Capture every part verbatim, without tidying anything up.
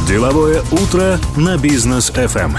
Деловое утро на Бизнес эф эм.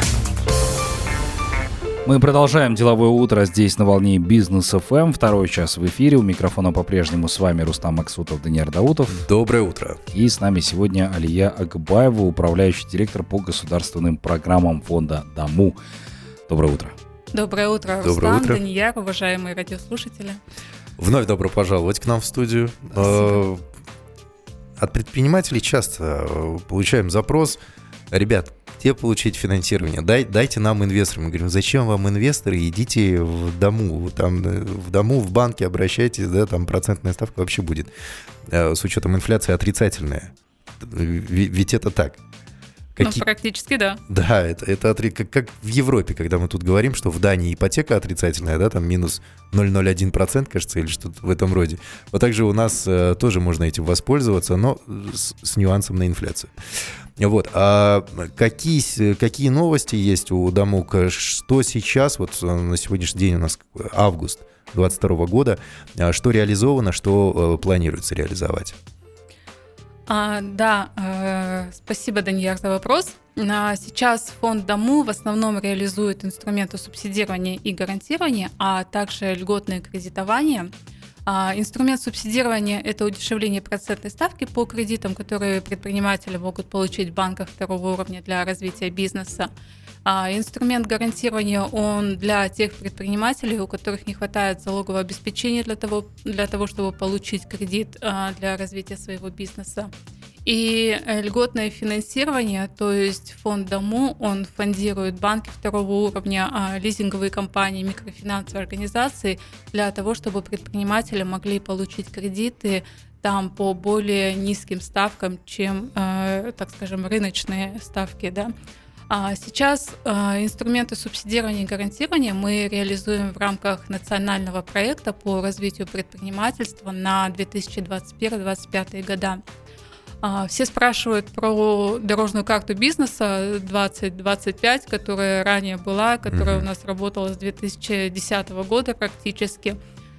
Мы продолжаем деловое утро здесь на волне Бизнес эф эм. Второй час в эфире. У микрофона по-прежнему с вами Рустам Максутов, Данияр Даутов. Доброе утро. И с нами сегодня Алия Агбаева, управляющий директор по государственным программам фонда ДАМУ. Доброе утро. Доброе утро, Рустам, Доброе утро. Данияр, уважаемые радиослушатели. Вновь добро пожаловать к нам в студию. Спасибо. От предпринимателей часто получаем запрос: ребят, где получить финансирование? Дай, дайте нам инвесторам. Мы говорим: зачем вам инвесторы? Идите в ДАМУ. Там, в ДАМУ, в банке обращайтесь, да, там процентная ставка вообще будет с учетом инфляции отрицательная. Ведь это так. Какие... Ну, практически, да. Да, это, это как, как в Европе, когда мы тут говорим, что в Дании ипотека отрицательная, да, там минус ноль целых ноль один процента, кажется, или что-то в этом роде. Вот так же у нас э, тоже можно этим воспользоваться, но с, с нюансом на инфляцию. Вот. А какие, какие новости есть у ДАМУ? Что сейчас, вот на сегодняшний день у нас август двадцать второго года, что реализовано, что э, планируется реализовать? А, да, э, спасибо, Данияр, за вопрос. А, сейчас фонд ДАМУ в основном реализует инструменты субсидирования и гарантирования, а также льготное кредитование. А, инструмент субсидирования – это удешевление процентной ставки по кредитам, которые предприниматели могут получить в банках второго уровня для развития бизнеса. А, инструмент гарантирования, он для тех предпринимателей, у которых не хватает залогового обеспечения для того, для того чтобы получить кредит а, для развития своего бизнеса. И льготное финансирование, то есть фонд ДАМУ, он фондирует банки второго уровня, а, лизинговые компании, микрофинансовые организации для того, чтобы предприниматели могли получить кредиты там по более низким ставкам, чем, э, так скажем, рыночные ставки, да. Сейчас инструменты субсидирования и гарантирования мы реализуем в рамках национального проекта по развитию предпринимательства на две тысячи двадцать первый — двадцать пятый года. Все спрашивают про дорожную карту бизнеса двадцать двадцать пять, которая ранее была, которая mm-hmm. у нас работала с две тысячи десятого года практически.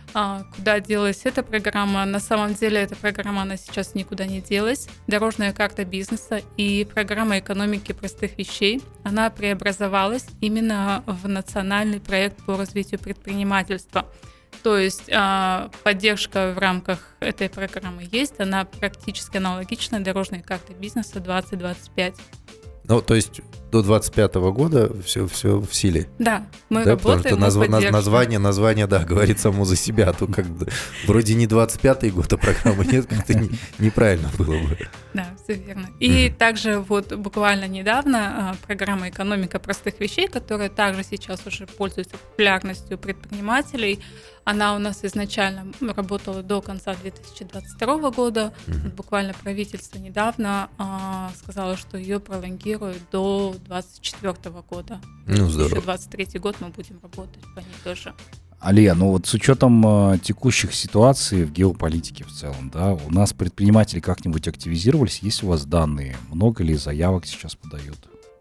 Куда делась эта программа? На самом деле эта программа, она сейчас никуда не делась. Дорожная карта бизнеса и программа экономики простых вещей, она преобразовалась именно в национальный проект по развитию предпринимательства. То есть поддержка в рамках этой программы есть, она практически аналогична дорожной карте бизнеса двадцать двадцать пять. Ну, то есть до двадцать пятого года все, все в силе. Да, мы да, работаем, потому что мы назв... название, название, да, говорит само за себя. А то как бы вроде не двадцать пятый год, а программы нет, как-то не, неправильно было бы. Да, все верно. И mm-hmm. также вот буквально недавно программа «Экономика простых вещей», которая также сейчас уже пользуется популярностью предпринимателей, она у нас изначально работала до конца две тысячи двадцать второго года. Mm-hmm. Буквально правительство недавно а, сказало, что ее пролонгируют до двадцать четвёртого года. Ну, здорово. Еще двадцать третий год мы будем работать по ней тоже. Алия, ну вот с учетом э, текущих ситуаций в геополитике в целом, да, у нас предприниматели как-нибудь активизировались? Есть у вас данные? Много ли заявок сейчас подают?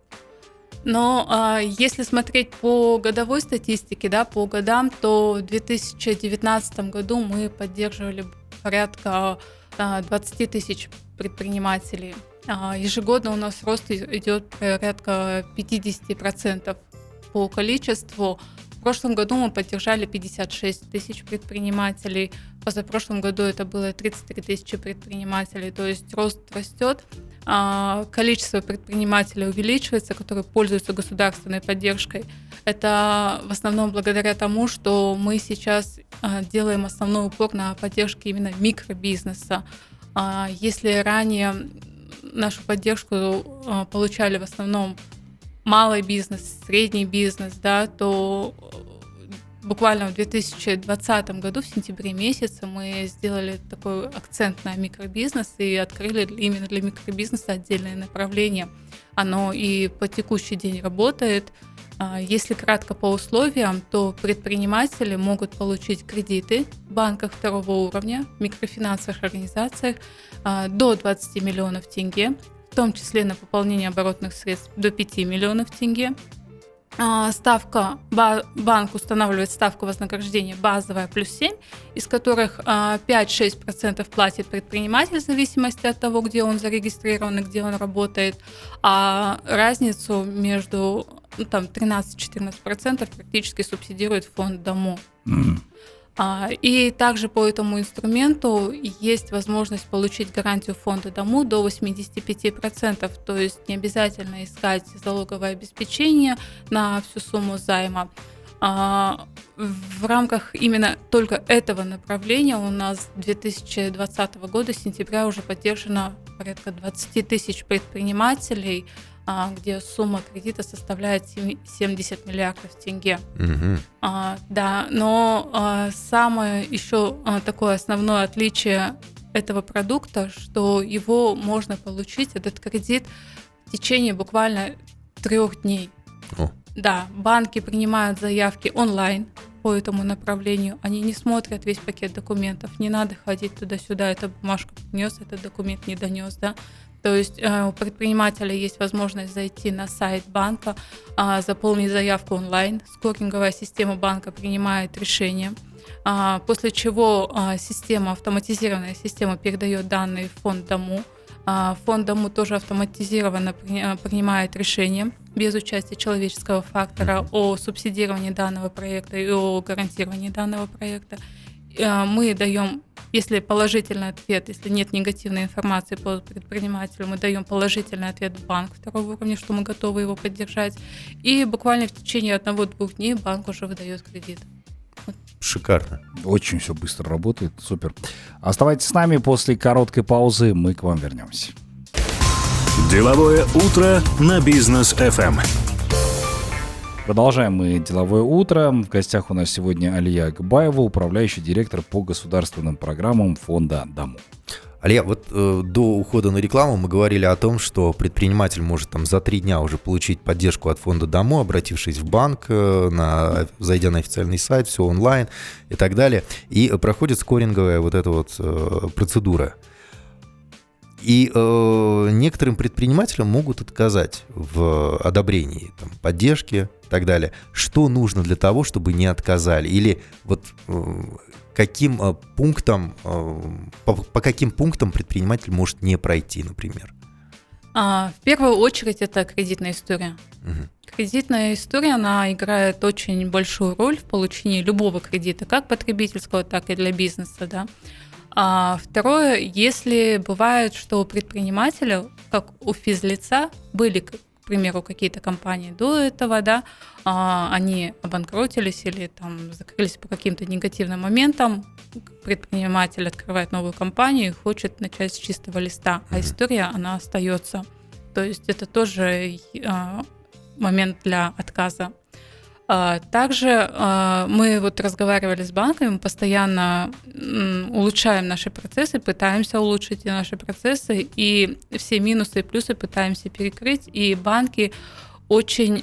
Но а, если смотреть по годовой статистике, да, по годам, то в две тысячи девятнадцатом году мы поддерживали порядка а, двадцать тысяч предпринимателей. А, ежегодно у нас рост идет порядка пятьдесят процентов по количеству. В прошлом году мы поддержали пятьдесят шесть тысяч предпринимателей, в позапрошлом году это было тридцать три тысячи предпринимателей, то есть рост растет, количество предпринимателей увеличивается, которые пользуются государственной поддержкой. Это в основном благодаря тому, что мы сейчас делаем основной упор на поддержке именно микробизнеса. Если ранее нашу поддержку получали в основном малый бизнес, средний бизнес, да, то буквально в две тысячи двадцатом году, в сентябре месяце, мы сделали такой акцент на микробизнес и открыли именно для микробизнеса отдельное направление. Оно и по текущий день работает. Если кратко по условиям, то предприниматели могут получить кредиты в банках второго уровня, в микрофинансовых организациях до двадцать миллионов тенге, в том числе на пополнение оборотных средств до пяти миллионов тенге. ставка, банк устанавливает ставку вознаграждения базовая плюс семь, из которых пять-шесть процентов платит предприниматель в зависимости от того, где он зарегистрирован и где он работает, а разницу между ну, там, тринадцать-четырнадцать процентов практически субсидирует фонд Дому. Mm. И также по этому инструменту есть возможность получить гарантию фонда Дому до восемьдесят пять процентов, то есть не обязательно искать залоговое обеспечение на всю сумму займа. В рамках именно только этого направления у нас с две тысячи двадцатого года, с сентября, уже поддержано порядка двадцать тысяч предпринимателей, где сумма кредита составляет семьдесят миллиардов тенге. Угу. А, да, но а, самое еще а, такое основное отличие этого продукта, что его можно получить, этот кредит, в течение буквально трех дней. О. Да, банки принимают заявки онлайн по этому направлению, они не смотрят весь пакет документов, не надо ходить туда-сюда, эта бумажка принес, этот документ не донес, да. То есть э, у предпринимателя есть возможность зайти на сайт банка, э, заполнить заявку онлайн, скоринговая система банка принимает решение, э, после чего э, система, автоматизированная система передает данные в фонд Дому. Э, фонд Дому тоже автоматизированно при, э, принимает решение без участия человеческого фактора о субсидировании данного проекта и о гарантировании данного проекта. Мы даем, если положительный ответ, если нет негативной информации по предпринимателю, мы даем положительный ответ в банк второго уровня, что мы готовы его поддержать. И буквально в течение одного-двух дней банк уже выдает кредит. Шикарно. Очень все быстро работает, супер. Оставайтесь с нами, после короткой паузы мы к вам вернемся. Деловое утро на Бизнес эф эм. Продолжаем мы деловое утро. В гостях у нас сегодня Алия Агбаева, управляющий директор по государственным программам фонда Дому. Алия, вот э, до ухода на рекламу мы говорили о том, что предприниматель может там за три дня уже получить поддержку от фонда Дому, обратившись в банк, э, на, зайдя на официальный сайт, все онлайн и так далее. И проходит скоринговая вот эта вот э, процедура. И э, некоторым предпринимателям могут отказать в одобрении там, поддержки и так далее. Что нужно для того, чтобы не отказали? Или вот э, каким э, пунктам, э, по, по каким пунктам предприниматель может не пройти, например? А, в первую очередь это кредитная история. Угу. Кредитная история, она играет очень большую роль в получении любого кредита, как потребительского, так и для бизнеса, да. А второе, если бывает, что у предпринимателя, как у физлица, были, к примеру, какие-то компании до этого, да, они обанкротились или там закрылись по каким-то негативным моментам, предприниматель открывает новую компанию и хочет начать с чистого листа, а история, она остается. То есть это тоже момент для отказа. Также мы вот разговаривали с банками, мы постоянно улучшаем наши процессы, пытаемся улучшить наши процессы, и все минусы и плюсы пытаемся перекрыть, и банки очень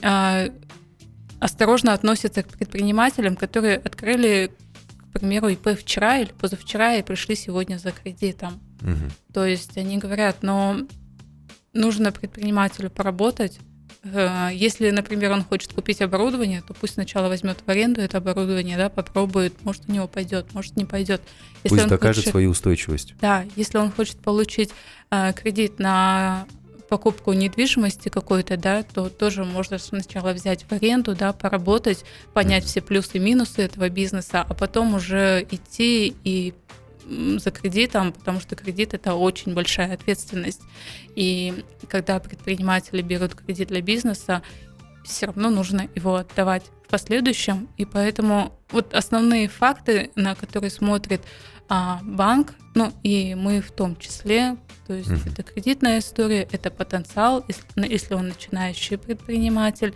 осторожно относятся к предпринимателям, которые открыли, к примеру, ИП вчера или позавчера и пришли сегодня за кредитом. Угу. То есть они говорят, но нужно предпринимателю поработать. Если, например, он хочет купить оборудование, то пусть сначала возьмет в аренду это оборудование, да, попробует, может, у него пойдет, может, не пойдет. Если пусть он докажет хочет, свою устойчивость. Да, если он хочет получить э, кредит на покупку недвижимости какой-то, да, то тоже можно сначала взять в аренду, да, поработать, понять mm-hmm. все плюсы и минусы этого бизнеса, а потом уже идти и за кредитом, потому что кредит – это очень большая ответственность. И когда предприниматели берут кредит для бизнеса, все равно нужно его отдавать в последующем. И поэтому вот основные факты, на которые смотрит а, банк, ну и мы в том числе, то есть mm-hmm. это кредитная история, это потенциал, если, если он начинающий предприниматель,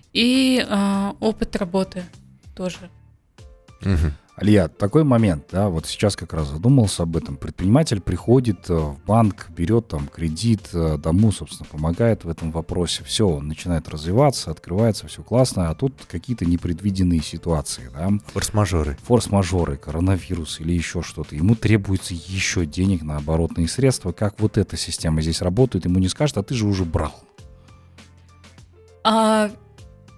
и а, опыт работы тоже. Mm-hmm. Алия, такой момент, да, вот сейчас как раз задумался об этом. Предприниматель приходит в банк, берет там кредит, Дому, собственно, помогает в этом вопросе. Все, он начинает развиваться, открывается, все классно, а тут какие-то непредвиденные ситуации, да. Форс-мажоры. Форс-мажоры, коронавирус или еще что-то. Ему требуется еще денег на оборотные средства. Как вот эта система здесь работает, ему не скажет, а ты же уже брал. А...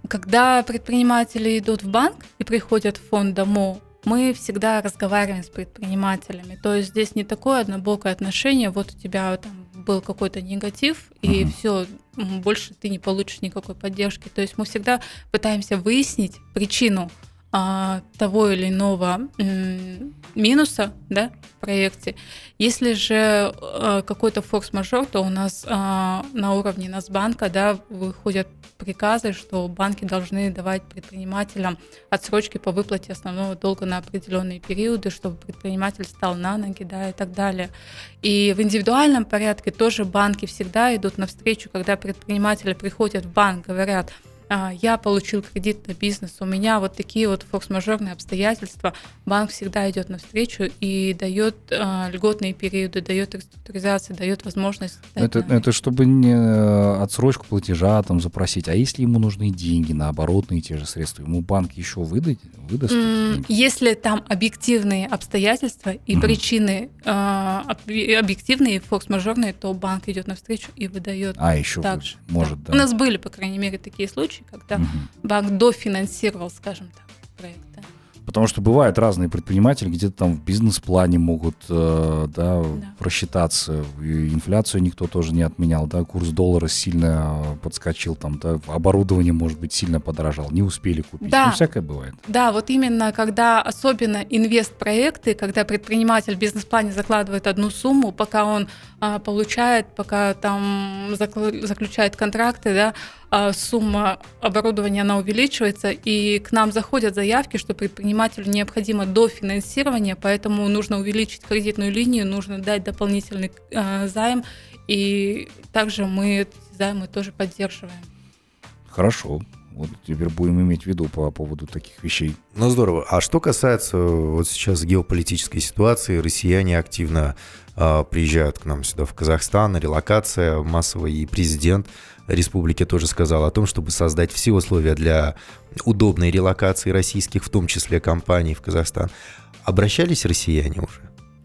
Когда предприниматели идут в банк и приходят в фонд ДАМУ, мы всегда разговариваем с предпринимателями. То есть здесь не такое однобокое отношение, вот у тебя там был какой-то негатив, и uh-huh. все, больше ты не получишь никакой поддержки. То есть мы всегда пытаемся выяснить причину а, того или иного м, минуса, да, в проекте. Если же а, какой-то форс-мажор, то у нас а, на уровне Нацбанка, да, выходят приказы, что банки должны давать предпринимателям отсрочки по выплате основного долга на определенные периоды, чтобы предприниматель стал на ноги, да, и так далее. И в индивидуальном порядке тоже банки всегда идут навстречу, когда предприниматели приходят в банк, говорят: я получил кредит на бизнес, у меня вот такие вот форс-мажорные обстоятельства. Банк всегда идет навстречу и дает э, льготные периоды, дает реструктуризацию, дает возможность... Это, это чтобы не отсрочку платежа там запросить, а если ему нужны деньги на оборотные те же средства, ему банк еще выдаст? выдаст mm, если там объективные обстоятельства и mm-hmm. причины э, объективные, форс-мажорные, то банк идет навстречу и выдает. А, еще также, может, да. да. У нас были, по крайней мере, такие случаи, когда угу. банк дофинансировал, скажем так, проект. Да. Потому что бывают разные предприниматели, где-то там в бизнес-плане могут э, да, да. просчитаться. И инфляцию никто тоже не отменял, да, курс доллара сильно подскочил, там, да, оборудование, может быть, сильно подорожало, не успели купить. Да. Ну, всякое бывает. Да, вот именно когда особенно инвест-проекты, когда предприниматель в бизнес-плане закладывает одну сумму, пока он а, получает, пока там заключает контракты, да, а, сумма оборудования, она увеличивается, и к нам заходят заявки, что предпринимателю необходимо дофинансирование, поэтому нужно увеличить кредитную линию, нужно дать дополнительный а, займ, и также мы эти займы тоже поддерживаем. Хорошо. Вот теперь будем иметь в виду по поводу таких вещей. Ну, здорово. А что касается вот сейчас геополитической ситуации, россияне активно э, приезжают к нам сюда, в Казахстан, релокация массовая, и президент республики тоже сказал о том, чтобы создать все условия для удобной релокации российских, в том числе компаний, в Казахстан. Обращались россияне уже?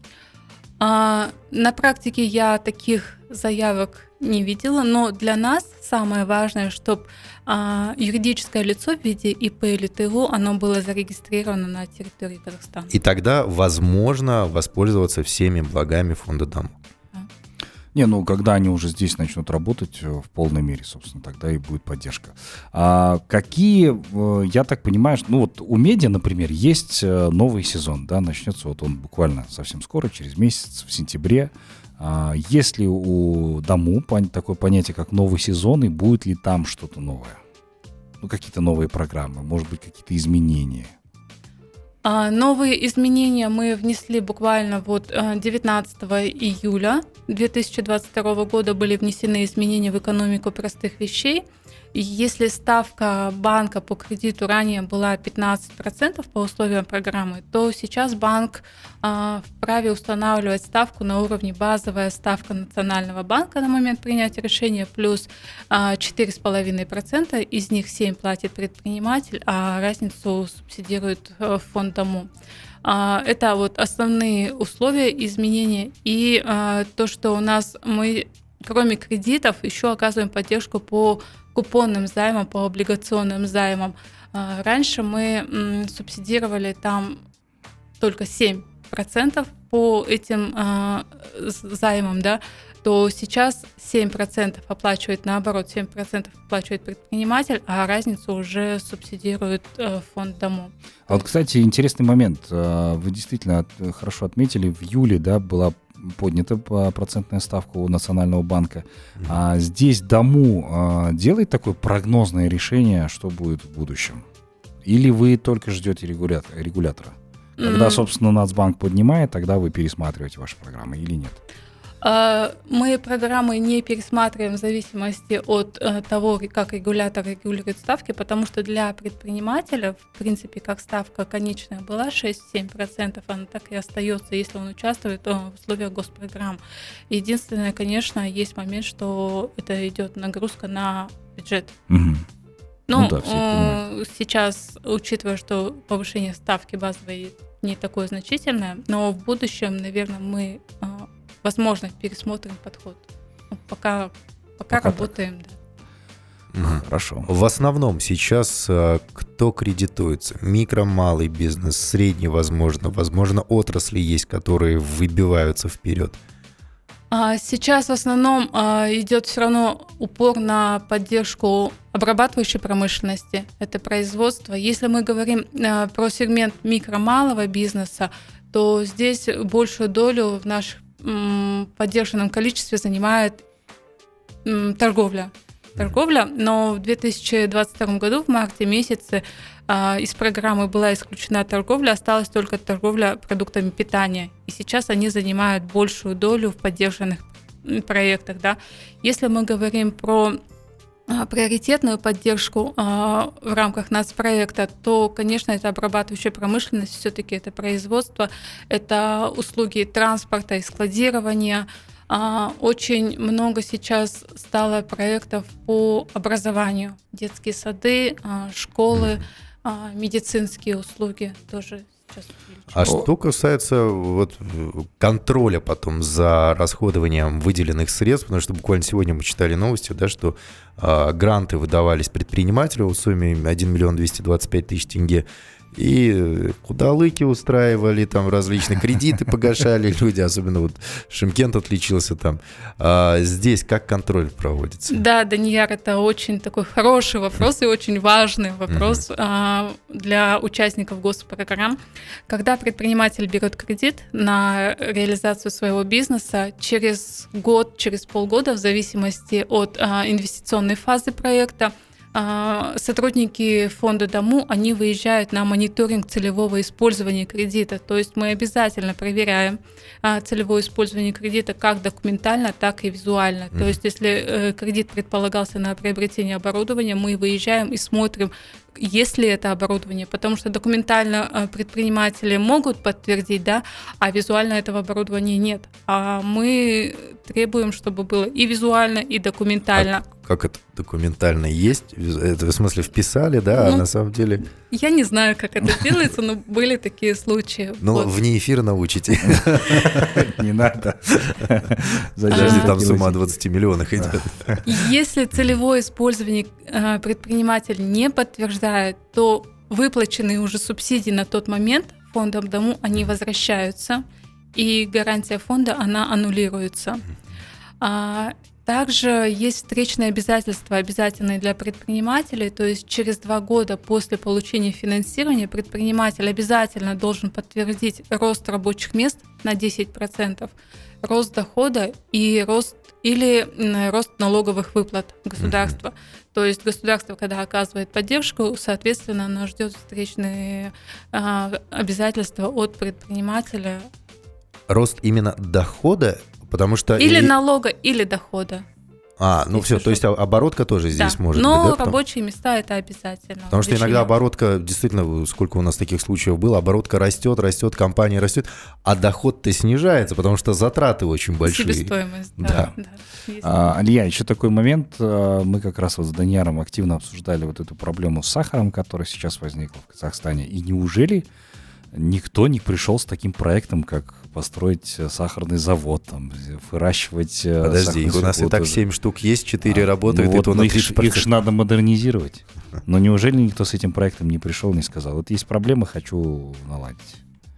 А, на практике я таких заявок не видела, но для нас самое важное, чтобы а, юридическое лицо в виде ИП или ТО, оно было зарегистрировано на территории Казахстана. И тогда возможно воспользоваться всеми благами фонда ДАМУ. Не, ну, когда они уже здесь начнут работать в полной мере, собственно, тогда и будет поддержка. А какие, я так понимаю, ну, вот у медиа, например, есть новый сезон, да, начнется вот он буквально совсем скоро, через месяц, в сентябре. А есть ли у ДАМУ такое понятие, как новый сезон, и будет ли там что-то новое? Ну, какие-то новые программы, может быть, какие-то изменения? Новые изменения мы внесли буквально вот девятнадцатого июля две тысячи двадцать второго года были внесены изменения в экономику простых вещей. Если ставка банка по кредиту ранее была пятнадцать процентов по условиям программы, то сейчас банк э, вправе устанавливать ставку на уровне базовая ставка Национального банка на момент принятия решения плюс э, четыре целых пять десятых процента, из них семь процентов платит предприниматель, а разницу субсидирует э, фонд ДАМУ. Э, это вот основные условия изменения. И э, то, что у нас мы, кроме кредитов, еще оказываем поддержку по купонным займам, по облигационным займам. Раньше мы м, субсидировали там только семь процентов по этим э, займам, да, то сейчас семь процентов оплачивает, наоборот, семь процентов оплачивает предприниматель, а разницу уже субсидирует э, фонд ДАМУ. А вот, кстати, интересный момент. Вы действительно хорошо отметили, в июле, да, была поднята процентная ставка у Национального банка. Mm-hmm. А здесь ДАМУ а, делает такое прогнозное решение, что будет в будущем? Или вы только ждете регулятора? регулятора? Когда, mm-hmm. собственно, Нацбанк поднимает, тогда вы пересматриваете ваши программы или нет? Мы программы не пересматриваем в зависимости от того, как регулятор регулирует ставки, потому что для предпринимателя, в принципе, как ставка конечная была шесть-семь процентов, она так и остается, если он участвует в условиях госпрограмм. Единственное, конечно, есть момент, что это идет нагрузка на бюджет. Угу. Ну, ну да, сейчас, учитывая, что повышение ставки базовой не такое значительное, но в будущем, наверное, мы... возможно, пересмотрим подход. Пока, пока, пока работаем, да. Угу. Хорошо. В основном сейчас а, кто кредитуется? Микро, малый бизнес, средний, возможно. Возможно, отрасли есть, которые выбиваются вперед. Сейчас в основном идет все равно упор на поддержку обрабатывающей промышленности, это производство. Если мы говорим про сегмент микро-малого бизнеса, то здесь большую долю в нашем поддержанном количестве занимает торговля. Торговля, но в две тысячи двадцать втором году в марте месяце из программы была исключена торговля, осталась только торговля продуктами питания. И сейчас они занимают большую долю в поддержанных проектах. Да. Если мы говорим про приоритетную поддержку в рамках нацпроекта, то, конечно, это обрабатывающая промышленность, все-таки это производство, это услуги транспорта и складирования. Очень много сейчас стало проектов по образованию. Детские сады, школы, медицинские услуги тоже сейчас увеличиваются. А что касается вот контроля потом за расходованием выделенных средств, потому что буквально сегодня мы читали новости, да, что э, гранты выдавались предпринимателю в сумме один миллион двести двадцать пять тысяч тенге, и кудалыки устраивали, там различные кредиты погашали люди, особенно вот Шымкент отличился там. А здесь как контроль проводится? Да, Данияр, это очень такой хороший вопрос и очень важный вопрос uh-huh. для участников госпрограмм. Когда предприниматель берет кредит на реализацию своего бизнеса, через год, через полгода, в зависимости от инвестиционной фазы проекта, сотрудники фонда Дому, они выезжают на мониторинг целевого использования кредита. То есть мы обязательно проверяем целевое использование кредита как документально, так и визуально. Mm-hmm. То есть если кредит предполагался на приобретение оборудования, мы выезжаем и смотрим, есть ли это оборудование, потому что документально предприниматели могут подтвердить, да, а визуально этого оборудования нет. А мы требуем, чтобы было и визуально, и документально. А как это документально есть? Это в смысле вписали, да, ну, а на самом деле... Я не знаю, как это делается, но были такие случаи. Ну, вот. Вне эфира научите. Не надо. Подожди, там сумма о двадцати миллионах идет. Если целевое использование предприниматель не подтверждает, то выплаченные уже субсидии на тот момент фондом Дому, они возвращаются, и гарантия фонда, она аннулируется. Также есть встречные обязательства, обязательные для предпринимателей, то есть через два года после получения финансирования предприниматель обязательно должен подтвердить рост рабочих мест на десять процентов, рост дохода и рост или рост налоговых выплат государства. Mm-hmm. То есть государство, когда оказывает поддержку, соответственно, оно ждет встречные а, обязательства от предпринимателя. Рост именно дохода? Потому что или и... налога, или дохода. А, ну все, то есть оборотка тоже здесь да, может но быть, да? Но рабочие места это обязательно. Потому что иногда оборотка, действительно, сколько у нас таких случаев было, оборотка растет, растет, компания растет, а доход-то снижается, потому что затраты очень большие. Себестоимость, да. да. да а, Илья, еще такой момент, мы как раз вот с Данияром активно обсуждали вот эту проблему с сахаром, которая сейчас возникла в Казахстане, и неужели никто не пришел с таким проектом, как построить сахарный завод, там, выращивать... Подожди, их у нас и так семь штук есть, четыре а, работают, ну вот, и то на тридцать процентов. Их же надо модернизировать. Но неужели никто с этим проектом не пришел, не сказал, вот есть проблема, хочу наладить?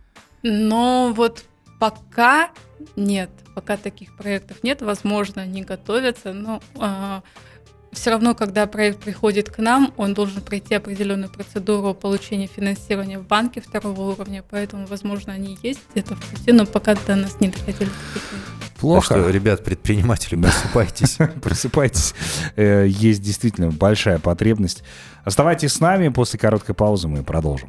Но вот пока нет, пока таких проектов нет, возможно, они готовятся, но... А... Все равно, когда проект приходит к нам, он должен пройти определенную процедуру получения финансирования в банке второго уровня, поэтому, возможно, они есть где-то в пути, но пока до нас не доходили. Плохо. Так что, ребят, предприниматели, просыпайтесь. Просыпайтесь. Есть действительно большая потребность. Оставайтесь с нами, после короткой паузы мы продолжим.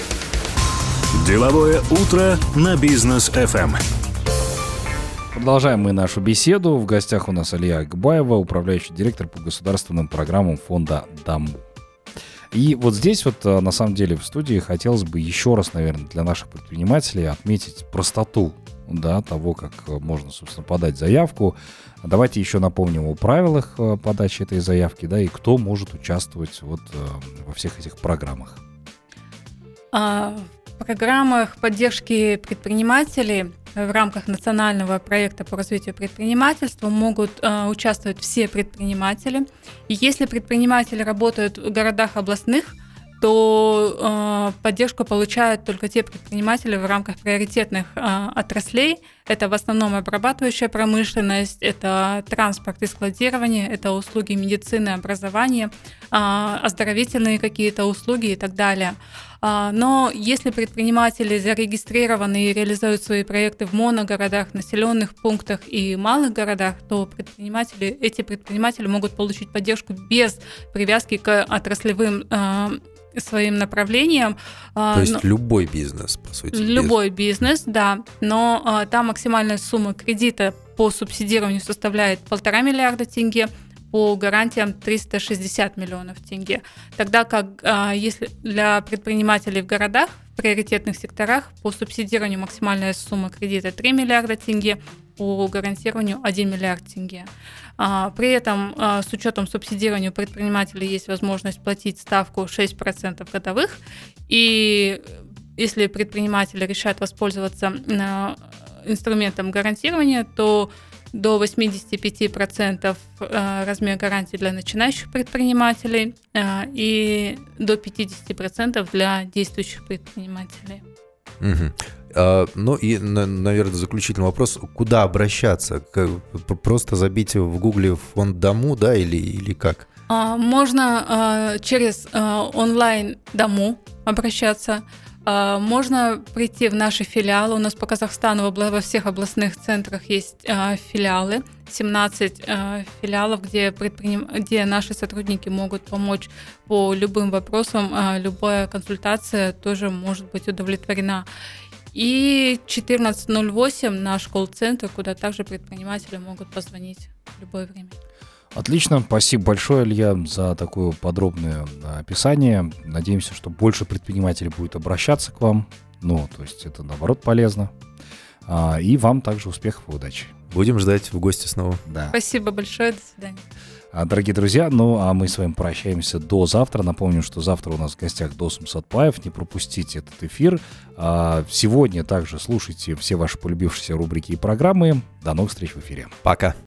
Деловое утро на Бизнес эф эм. Продолжаем мы нашу беседу. В гостях у нас Алия Агбаева, управляющий директор по государственным программам фонда Дому. И вот здесь вот на самом деле в студии хотелось бы еще раз, наверное, для наших предпринимателей отметить простоту, да, того, как можно, собственно, подать заявку. Давайте еще напомним о правилах подачи этой заявки, да, и кто может участвовать вот во всех этих программах. А... программах поддержки предпринимателей в рамках национального проекта по развитию предпринимательства могут э, участвовать все предприниматели. И если предприниматели работают в городах областных, то э, поддержку получают только те предприниматели в рамках приоритетных э, отраслей. Это в основном обрабатывающая промышленность, это транспорт и складирование, это услуги медицины, образования, э, оздоровительные какие-то услуги и так далее. Э, но если предприниматели зарегистрированы и реализуют свои проекты в моногородах, населенных пунктах и малых городах, то предприниматели, эти предприниматели могут получить поддержку без привязки к отраслевым э, своим направлением. То есть но, любой бизнес, по сути. Любой без... бизнес, да. Но а, там максимальная сумма кредита по субсидированию составляет полтора миллиарда тенге, по гарантиям триста шестьдесят миллионов тенге. Тогда как а, если для предпринимателей в городах, в приоритетных секторах, по субсидированию максимальная сумма кредита три миллиарда тенге, по гарантированию один миллиард тенге. А, при этом а, с учетом субсидирования у предпринимателей есть возможность платить ставку шесть процентов годовых. И если предприниматели решают воспользоваться а, инструментом гарантирования, то до восемьдесят пять процентов а, размер гарантии для начинающих предпринимателей а, и до пятьдесят процентов для действующих предпринимателей. Угу. Ну и, наверное, заключительный вопрос. Куда обращаться? Просто забить в гугле фонд Дому, да, или, или как? Можно через онлайн Дому обращаться. Можно прийти в наши филиалы. У нас по Казахстану во всех областных центрах есть филиалы. семнадцать филиалов, где, предприним... где наши сотрудники могут помочь по любым вопросам. Любая консультация тоже может быть удовлетворена. И четырнадцать ноль восемь наш колл-центр, куда также предприниматели могут позвонить в любое время. Отлично, спасибо большое, Илья, за такое подробное описание. Надеемся, что больше предпринимателей будет обращаться к вам. Ну, то есть это, наоборот, полезно. И вам также успехов и удачи. Будем ждать в гости снова. Да. Спасибо большое, до свидания. Дорогие друзья, ну а мы с вами прощаемся до завтра. Напомню, что завтра у нас в гостях Досум Сатпаев. Не пропустите этот эфир. Сегодня также слушайте все ваши полюбившиеся рубрики и программы. До новых встреч в эфире. Пока.